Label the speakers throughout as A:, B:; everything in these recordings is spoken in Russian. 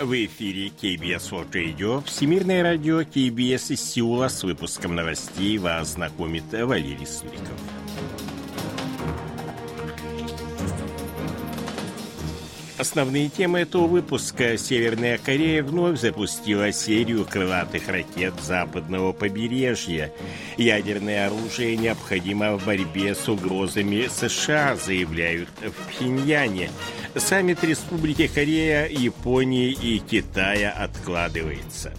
A: В эфире KBS World Radio, Всемирное радио KBS из Сеула. С выпуском новостей вас знакомит Валерий Суриков. Основные темы этого выпуска. Северная Корея вновь запустила серию крылатых ракет западного побережья. Ядерное оружие необходимо в борьбе с угрозами США, заявляют в Пхеньяне. Саммит Республики Корея, Японии и Китая откладывается.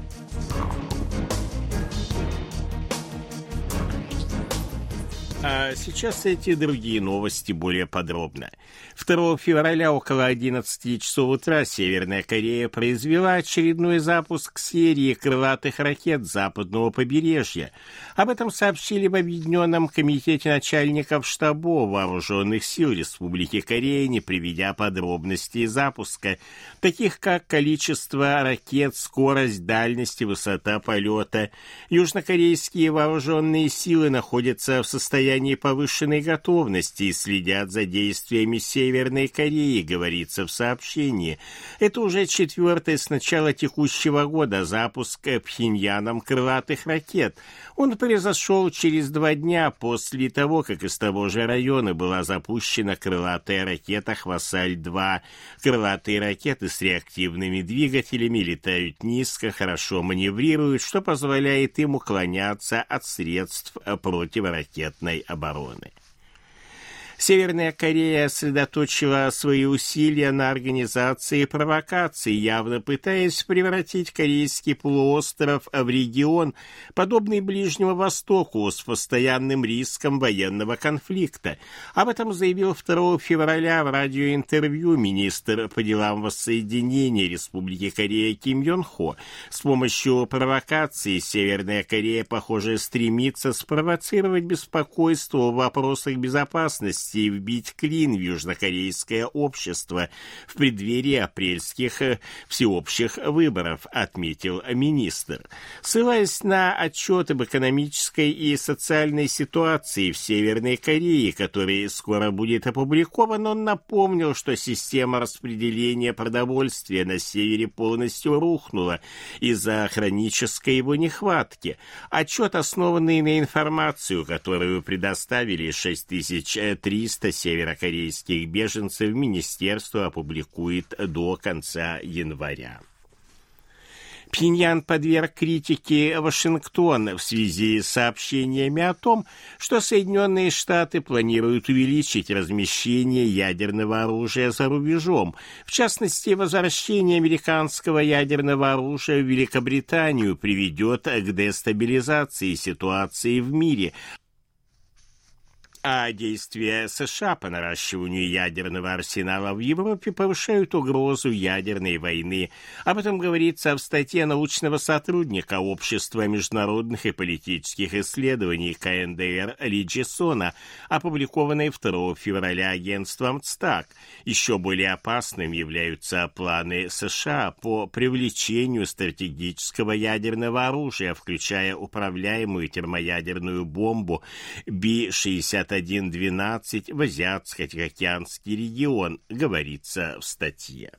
A: А сейчас эти другие новости более подробно. 2 февраля около 11 часов утра Северная Корея произвела очередной запуск серии крылатых ракет западного побережья. Об этом сообщили в Объединенном комитете начальников штабов Вооруженных сил Республики Корея, не приведя подробностей запуска, таких как количество ракет, скорость, дальность и высота полета. Южнокорейские вооруженные силы находятся в состоянии повышенной готовности и следят за действиями Северной Кореи, говорится в сообщении. Это уже 4-й с начала текущего года запуск Пхеньяном крылатых ракет. Он произошел через 2 дня после того, как из того же района была запущена крылатая ракета «Хвасаль-2». Крылатые ракеты с реактивными двигателями летают низко, хорошо маневрируют, что позволяет им уклоняться от средств противоракетной обороны. Северная Корея сосредоточила свои усилия на организации провокаций, явно пытаясь превратить Корейский полуостров в регион, подобный Ближнему Востоку, с постоянным риском военного конфликта. Об этом заявил 2 февраля в радиоинтервью министр по делам воссоединения Республики Корея Ким Йон Хо. С помощью провокаций Северная Корея, похоже, стремится спровоцировать беспокойство в вопросах безопасности и вбить клин в южнокорейское общество в преддверии апрельских всеобщих выборов, отметил министр. Ссылаясь на отчет об экономической и социальной ситуации в Северной Корее, который скоро будет опубликован, он напомнил, что система распределения продовольствия на севере полностью рухнула из-за хронической его нехватки. Отчет, основанный на информацию, которую предоставили 6300 северокорейских беженцев, министерство опубликует до конца января. Пхеньян подверг критике Вашингтон в связи с сообщениями о том, что Соединенные Штаты планируют увеличить размещение ядерного оружия за рубежом. В частности, возвращение американского ядерного оружия в Великобританию приведет к дестабилизации ситуации в мире, а действия США по наращиванию ядерного арсенала в Европе повышают угрозу ядерной войны. Об этом говорится в статье научного сотрудника Общества международных и политических исследований КНДР Ли Джессона, опубликованной 2 февраля агентством ЦТАК. Еще более опасным являются планы США по привлечению стратегического ядерного оружия, включая управляемую термоядерную бомбу Би-6112 в Азиатско-Тихоокеанский регион, говорится в статье.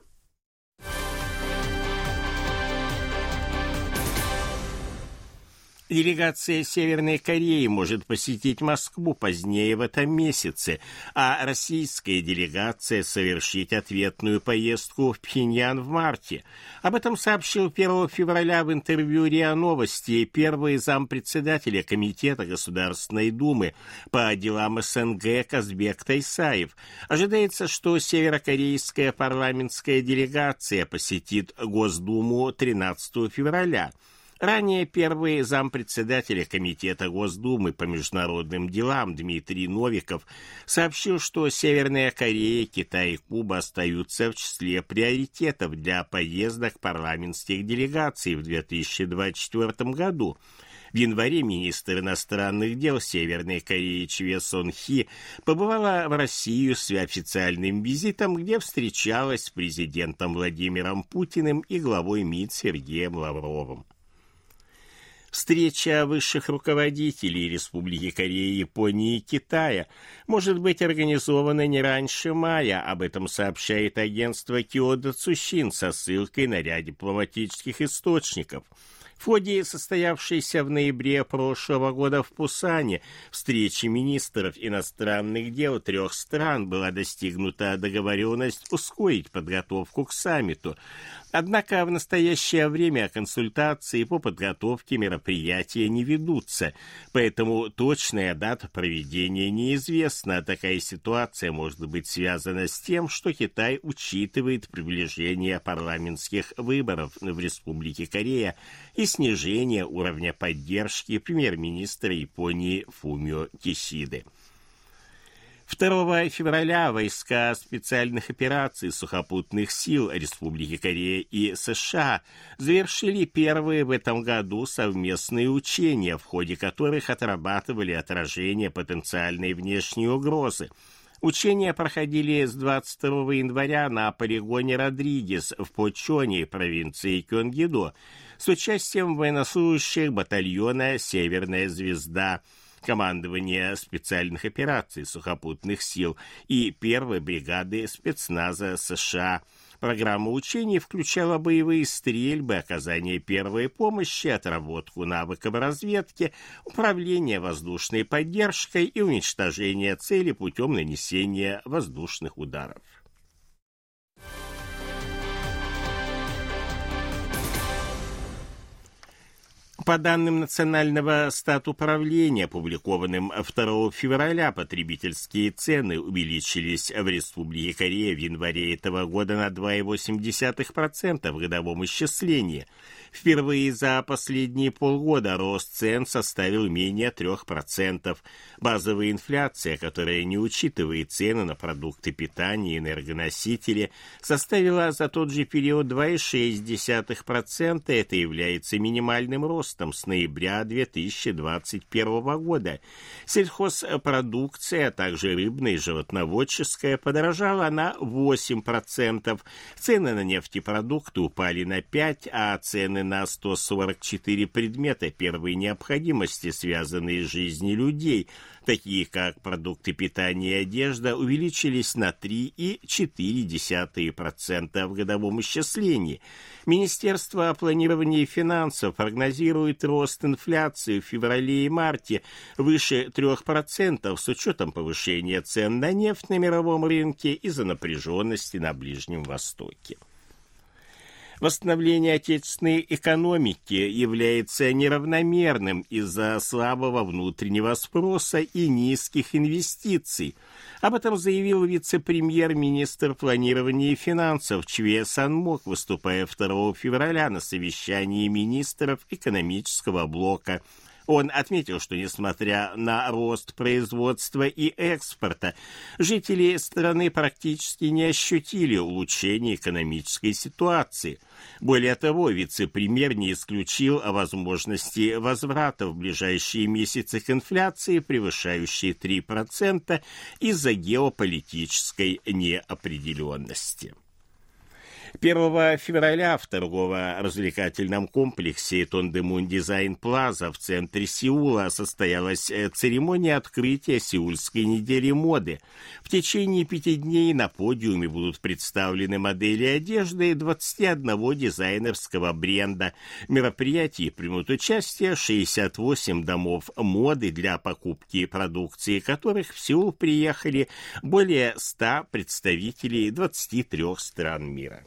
A: Делегация Северной Кореи может посетить Москву позднее в этом месяце, а российская делегация совершить ответную поездку в Пхеньян в марте. Об этом сообщил 1 февраля в интервью РИА Новости первый зампредседателя Комитета Государственной Думы по делам СНГ Казбек Тайсаев. Ожидается, что северокорейская парламентская делегация посетит Госдуму 13 февраля. Ранее первый зампредседателя Комитета Госдумы по международным делам Дмитрий Новиков сообщил, что Северная Корея, Китай и Куба остаются в числе приоритетов для поездок парламентских делегаций в 2024 году. В январе министр иностранных дел Северной Кореи Чве Сон Хи побывала в Россию с официальным визитом, где встречалась с президентом Владимиром Путиным и главой МИД Сергеем Лавровым. Встреча высших руководителей Республики Корея, Японии и Китая может быть организована не раньше мая. Об этом сообщает агентство Киодо Цусин со ссылкой на ряд дипломатических источников. В ходе состоявшейся в ноябре прошлого года в Пусане встречи министров иностранных дел 3 стран была достигнута договоренность ускорить подготовку к саммиту. Однако в настоящее время консультации по подготовке мероприятия не ведутся, поэтому точная дата проведения неизвестна. Такая ситуация может быть связана с тем, что Китай учитывает приближение парламентских выборов в Республике Корея и снижение уровня поддержки премьер-министра Японии Фумио Кисиды. 2 февраля войска специальных операций сухопутных сил Республики Корея и США завершили первые в этом году совместные учения, в ходе которых отрабатывали отражение потенциальной внешней угрозы. Учения проходили с 22 января на полигоне Родригес в Почоне, провинции Кёнгидо, с участием военнослужащих батальона «Северная звезда», командования специальных операций сухопутных сил и 1-й бригады спецназа США. Программа учений включала боевые стрельбы, оказание первой помощи, отработку навыков разведки, управление воздушной поддержкой и уничтожение цели путем нанесения воздушных ударов. По данным Национального статуправления, опубликованным 2 февраля, потребительские цены увеличились в Республике Корея в январе этого года на 2,8% в годовом исчислении. Впервые за последние полгода рост цен составил менее 3%. Базовая инфляция, которая не учитывает цены на продукты питания и энергоносители, составила за тот же период 2,6%. Это является минимальным ростом с ноября 2021 года. Сельхозпродукция, а также рыбная и животноводческая, подорожала на 8%. Цены на нефтепродукты упали на 5%, а цены на 144 предмета первой необходимости, связанные с жизнью людей, такие как продукты питания и одежда, увеличились на 3,4% в годовом исчислении. Министерство планирования и финансов прогнозирует рост инфляции в феврале и марте выше 3% с учетом повышения цен на нефть на мировом рынке из-за напряженности на Ближнем Востоке. Восстановление отечественной экономики является неравномерным из-за слабого внутреннего спроса и низких инвестиций. Об этом заявил вице-премьер-министр планирования и финансов Чве Сан-мок, выступая 2 февраля на совещании министров экономического блока. Он отметил, что, несмотря на рост производства и экспорта, жители страны практически не ощутили улучшения экономической ситуации. Более того, вице-премьер не исключил о возможности возврата в ближайшие месяцы к инфляции, превышающей 3% из-за геополитической неопределенности. 1 февраля в торгово-развлекательном комплексе Тондемун Дизайн Плаза в центре Сеула состоялась церемония открытия Сеульской недели моды. В течение 5 дней на подиуме будут представлены модели одежды 21 дизайнерского бренда. В мероприятии примут участие 68 домов моды, для покупки продукции которых в Сеул приехали более 100 представителей 23 стран мира.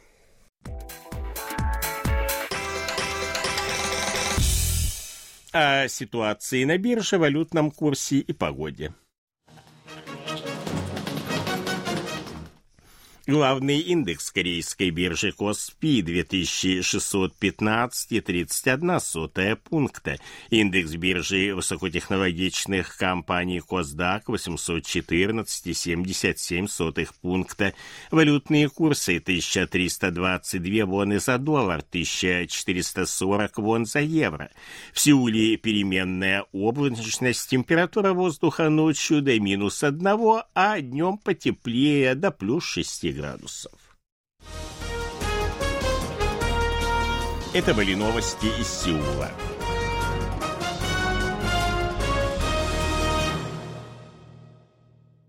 A: О ситуации на бирже, валютном курсе и погоде. Главный индекс корейской биржи Коспи 2615,31 пункта. Индекс биржи высокотехнологичных компаний Косдак 814,77 пункта. Валютные курсы: 1322 воны за доллар, 1440 вон за евро. В Сеуле переменная облачность, температура воздуха ночью до -1, а днем потеплее до +6 градусов. Это были новости из Сеула.